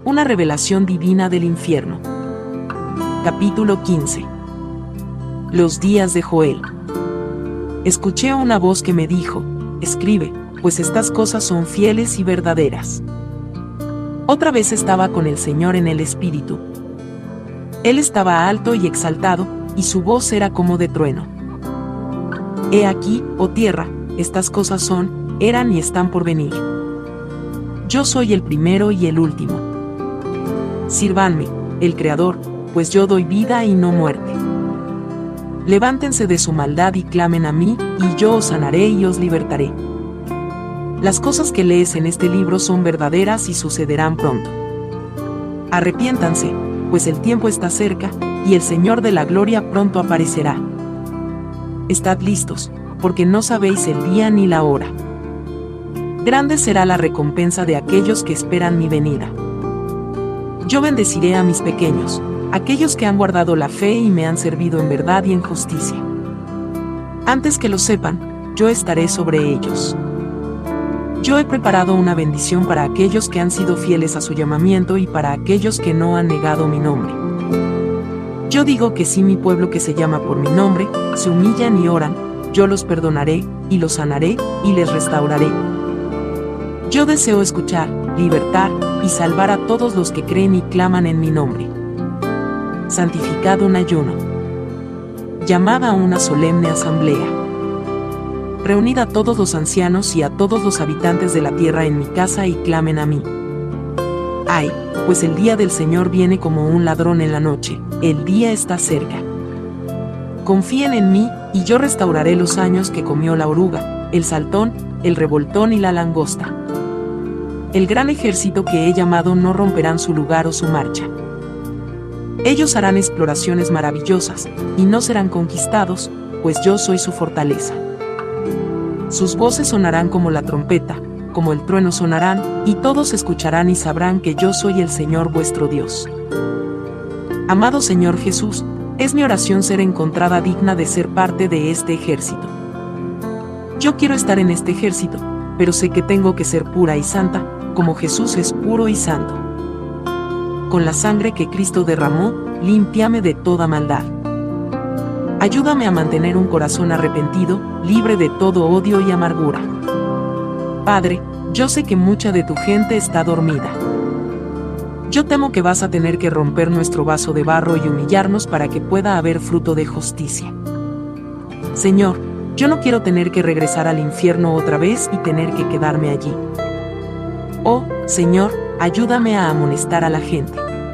Una revelación divina del infierno. Capítulo 15. Los días de Joel. Escuché una voz que me dijo: escribe, pues estas cosas son fieles y verdaderas. Otra vez estaba con el Señor en el Espíritu. Él estaba alto y exaltado, y su voz era como de trueno. He aquí, oh tierra, estas cosas son, eran y están por venir. Yo soy el primero y el último. Sírvanme, el Creador, pues yo doy vida y no muerte. Levántense de su maldad y clamen a mí, y yo os sanaré y os libertaré. Las cosas que lees en este libro son verdaderas y sucederán pronto. Arrepiéntanse, pues el tiempo está cerca, y el Señor de la gloria pronto aparecerá. Estad listos, porque no sabéis el día ni la hora. Grande será la recompensa de aquellos que esperan mi venida. Yo bendeciré a mis pequeños, aquellos que han guardado la fe y me han servido en verdad y en justicia. Antes que lo sepan, yo estaré sobre ellos. Yo he preparado una bendición para aquellos que han sido fieles a su llamamiento y para aquellos que no han negado mi nombre. Yo digo que si mi pueblo que se llama por mi nombre, se humillan y oran, yo los perdonaré, y los sanaré, y les restauraré. Yo deseo escuchar, libertar, y salvar a todos los que creen y claman en mi nombre. Santificad un ayuno. Llamad a una solemne asamblea. Reunid a todos los ancianos y a todos los habitantes de la tierra en mi casa y clamen a mí. Ay, pues el día del Señor viene como un ladrón en la noche, el día está cerca. Confíen en mí, y yo restauraré los años que comió la oruga, el saltón, el revoltón y la langosta. El gran ejército que he llamado no romperán su lugar o su marcha. Ellos harán exploraciones maravillosas, y no serán conquistados, pues yo soy su fortaleza. Sus voces sonarán como la trompeta, como el trueno sonarán, y todos escucharán y sabrán que yo soy el Señor vuestro Dios. Amado Señor Jesús, es mi oración ser encontrada digna de ser parte de este ejército. Yo quiero estar en este ejército, pero sé que tengo que ser pura y santa, como Jesús es puro y santo. Con la sangre que Cristo derramó, límpiame de toda maldad. Ayúdame a mantener un corazón arrepentido, libre de todo odio y amargura. Padre, yo sé que mucha de tu gente está dormida. Yo temo que vas a tener que romper nuestro vaso de barro y humillarnos para que pueda haber fruto de justicia. Señor, yo no quiero tener que regresar al infierno otra vez y tener que quedarme allí. Oh, Señor, ayúdame a amonestar a la gente.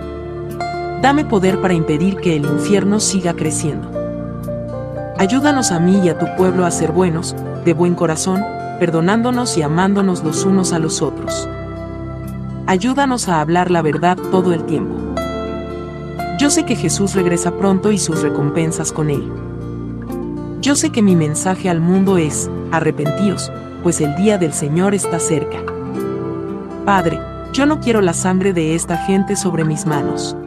Dame poder para impedir que el infierno siga creciendo. Ayúdanos a mí y a tu pueblo a ser buenos, de buen corazón, perdonándonos y amándonos los unos a los otros. Ayúdanos a hablar la verdad todo el tiempo. Yo sé que Jesús regresa pronto y sus recompensas con él. Yo sé que mi mensaje al mundo es: arrepentíos, pues el día del Señor está cerca. Padre, yo no quiero la sangre de esta gente sobre mis manos.